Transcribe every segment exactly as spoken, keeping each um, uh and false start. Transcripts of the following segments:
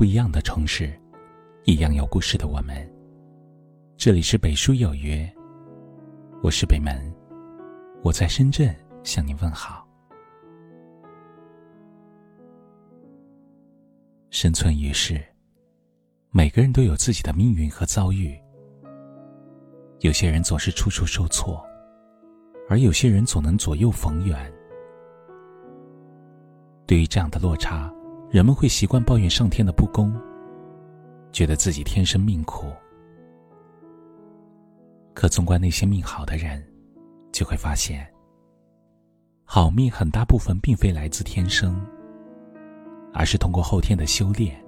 一样的城市，一样有故事的我们。这里是北书有约，我是北门，我在深圳向你问好。生存于世，每个人都有自己的命运和遭遇。有些人总是处处受挫，而有些人总能左右逢源。对于这样的落差，人们会习惯抱怨上天的不公，觉得自己天生命苦。可纵观那些命好的人，就会发现，好命很大部分并非来自天生，而是通过后天的修炼。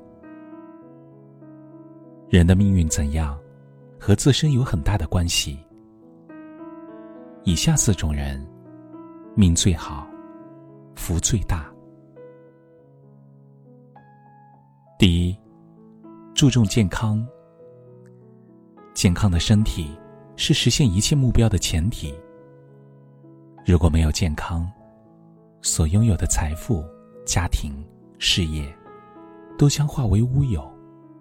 人的命运怎样，和自身有很大的关系。以下四种人，命最好，福最大。第一，注重健康。健康的身体是实现一切目标的前提。如果没有健康，所拥有的财富、家庭、事业都将化为乌有。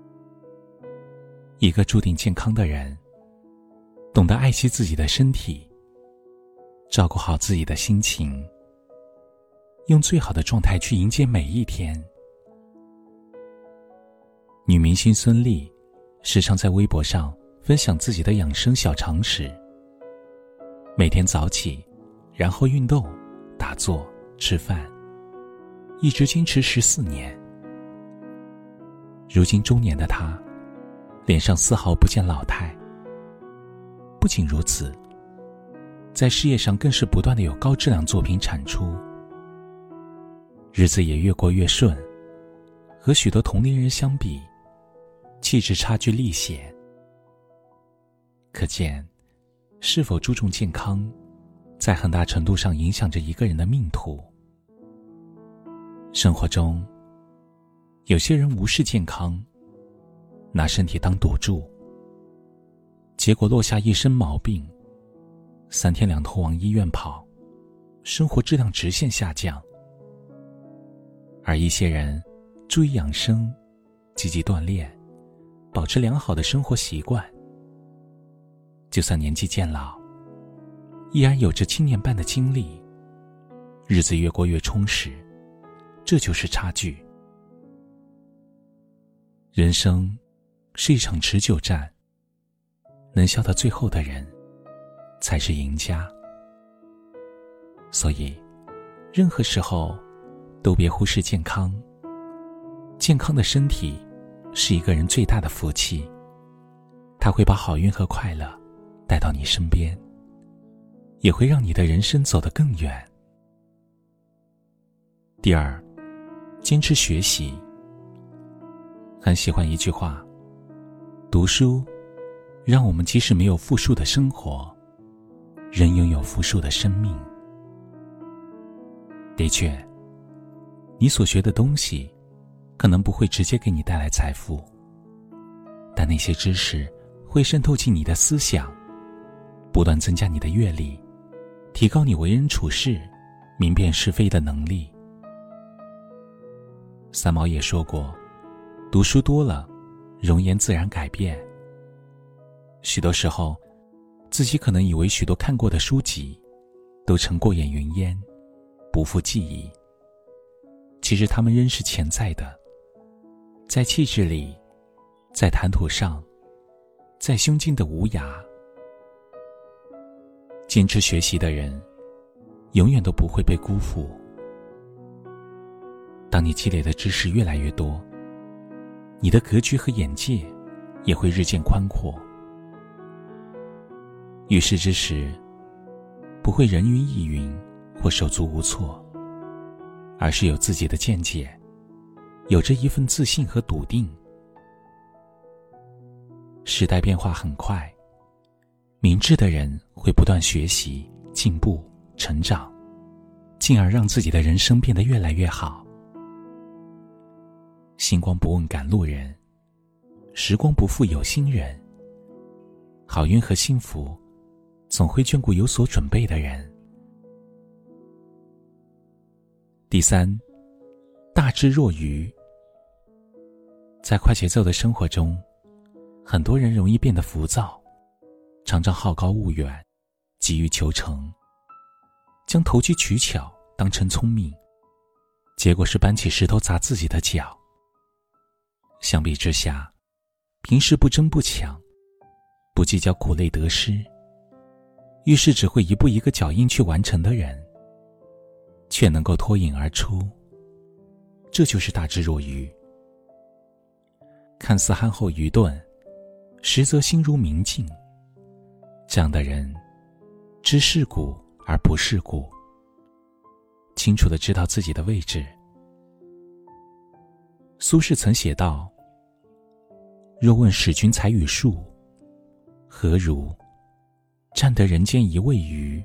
一个注定健康的人，懂得爱惜自己的身体，照顾好自己的心情，用最好的状态去迎接每一天。女明星孙俪时常在微博上分享自己的养生小常识。每天早起，然后运动、打坐、吃饭，一直坚持十四年。如今中年的她，脸上丝毫不见老态。不仅如此，在事业上更是不断的有高质量作品产出，日子也越过越顺。和许多同龄人相比，气质差距立显。可见，是否注重健康，在很大程度上影响着一个人的命途。生活中，有些人无视健康，拿身体当赌注，结果落下一身毛病，三天两头往医院跑，生活质量直线下降。而一些人注意养生，积极锻炼，保持良好的生活习惯，就算年纪渐老，依然有着青年般的精力，日子越过越充实。这就是差距。人生是一场持久战，能笑到最后的人才是赢家。所以任何时候都别忽视健康。健康的身体是一个人最大的福气，它会把好运和快乐带到你身边，也会让你的人生走得更远。第二，坚持学习。很喜欢一句话，读书让我们即使没有富庶的生活，仍拥有富庶的生命。的确，你所学的东西可能不会直接给你带来财富，但那些知识会渗透进你的思想，不断增加你的阅历，提高你为人处事、明辨是非的能力。三毛也说过，读书多了，容颜自然改变。许多时候，自己可能以为许多看过的书籍都成过眼云烟，不复记忆，其实它们仍是潜在的，在气质里，在谈吐上，在胸襟的无涯。坚持学习的人，永远都不会被辜负。当你积累的知识越来越多，你的格局和眼界也会日渐宽阔。遇事之时，不会人云亦云或手足无措，而是有自己的见解，有着一份自信和笃定。时代变化很快，明智的人会不断学习、进步、成长，进而让自己的人生变得越来越好。星光不问赶路人，时光不负有心人。好运和幸福总会眷顾有所准备的人。第三，大智若愚。 在快节奏的生活中，很多人容易变得浮躁，常常好高骛远，急于求成，将投机取巧当成聪明，结果是搬起石头砸自己的脚。相比之下，平时不争不抢，不计较苦累得失，遇事只会一步一个脚印去完成的人，却能够脱颖而出，这就是大智若愚。看似憨厚愚钝，实则心如明镜，这样的人知世故而不世故，清楚地知道自己的位置。苏轼曾写道：若问使君才与术，何如？占得人间一味愚。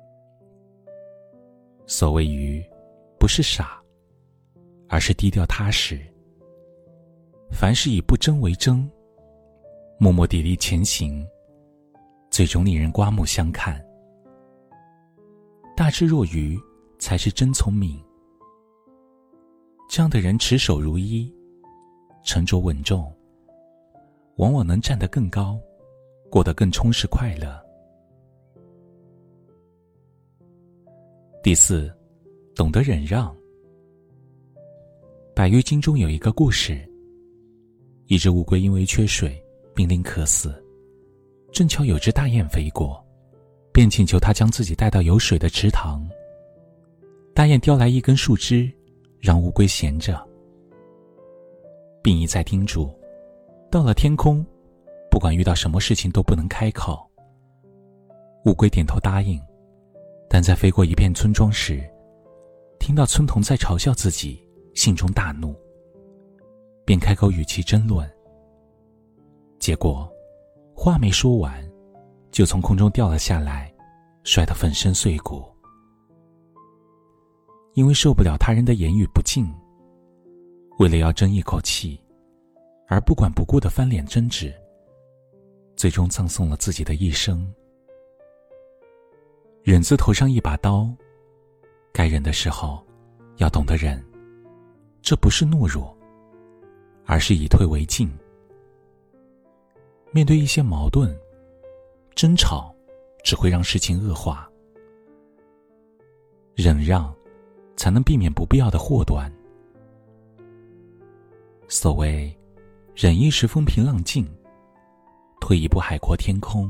所谓愚，不是傻，而是低调踏实。凡事以不争为争，默默砥砺前行，最终令人刮目相看。大智若愚才是真聪明。这样的人持守如一，沉着稳重，往往能站得更高，过得更充实快乐。第四，懂得忍让。百喻经中有一个故事，一只乌龟因为缺水濒临渴死，正巧有只大雁飞过，便请求它将自己带到有水的池塘。大雁叼来一根树枝，让乌龟衔着，并一再叮嘱，到了天空，不管遇到什么事情都不能开口。乌龟点头答应，但在飞过一片村庄时，听到村童在嘲笑自己，心中大怒，便开口与其争论。结果话没说完，就从空中掉了下来，摔得粉身碎骨。因为受不了他人的言语不敬，为了要争一口气，而不管不顾地翻脸争执，最终葬送了自己的一生。忍字头上一把刀，该忍的时候要懂得忍，这不是懦弱，而是以退为进。面对一些矛盾，争吵只会让事情恶化，忍让才能避免不必要的祸端。所谓忍一时风平浪静，退一步海阔天空。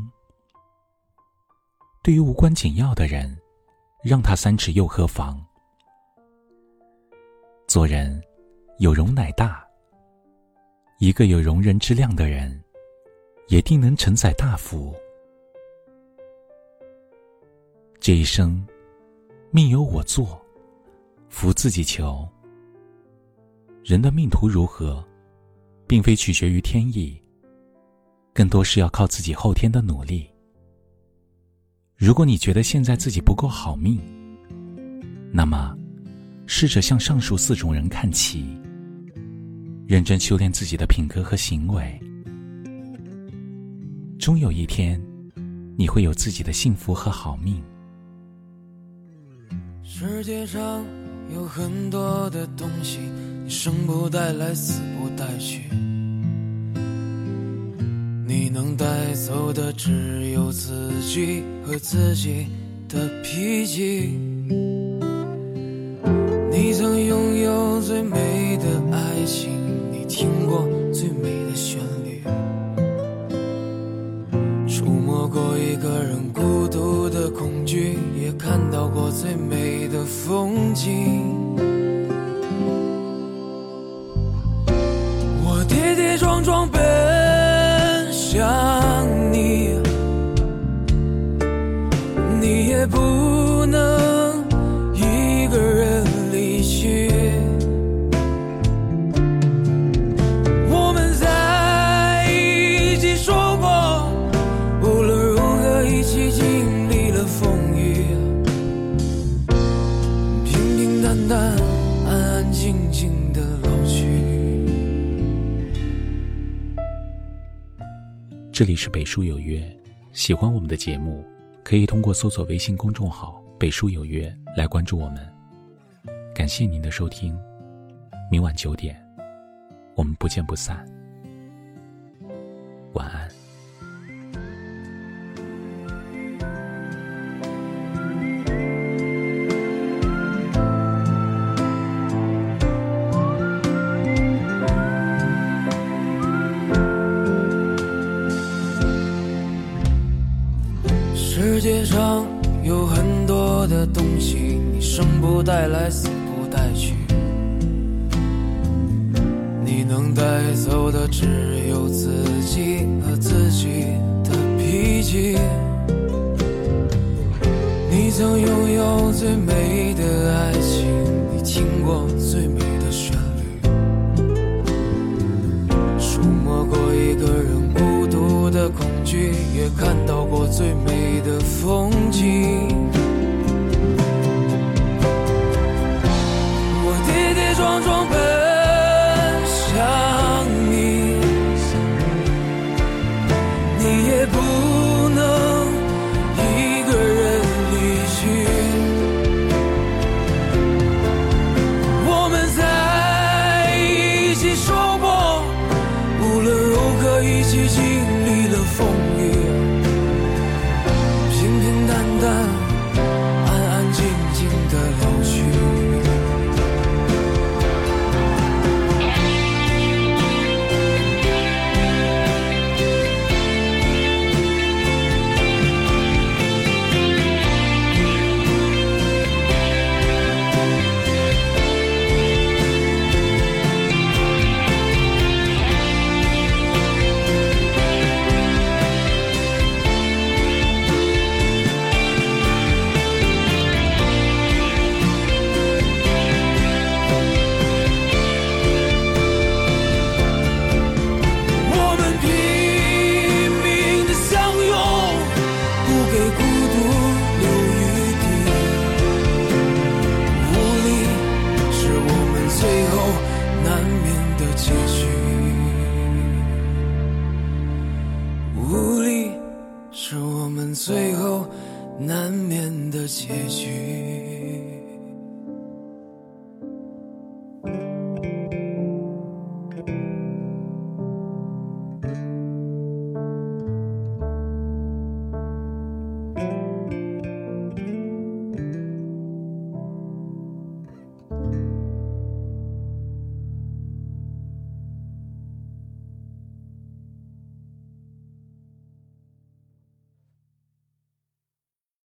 对于无关紧要的人，让他三尺又何妨？做人有容乃大，一个有容人之量的人，也定能承载大福。这一生，命由我做，福自己求。人的命途如何，并非取决于天意，更多是要靠自己后天的努力。如果你觉得现在自己不够好命，那么试着向上述四种人看齐，认真修炼自己的品格和行为。终有一天，你会有自己的幸福和好命。 世界上有很多的东西，你生不带来，死不带去，你能带走的只有自己和自己的脾气。你曾拥有最美的爱情，你听过最美的旋律，触摸过一个人孤独的恐惧，也看到过最美的风景。我跌跌撞撞奔向你，你也不能一个人离去。我们在一起说过，无论如何一起经历了风雨，平平淡淡，安安静静的老去。 这里是北书有约，喜欢我们的节目，可以通过搜索微信公众号北书有约来关注我们。感谢您的收听，明晚九点， 我们不见不散。晚安。 世界上有很多的东西，你生不带来，死不带去，你能带走的只有自己和自己的脾气。你曾拥有最美的爱情，你听过最美的旋律，触摸过一个人孤独的恐惧，也看到过最美的风景。我跌跌撞撞奔向你，你也不能一个人离去。我们在一起说过，无论如何一起经历了风雨，平平淡淡，安安静静的老去。无力是我们最后难免的结局。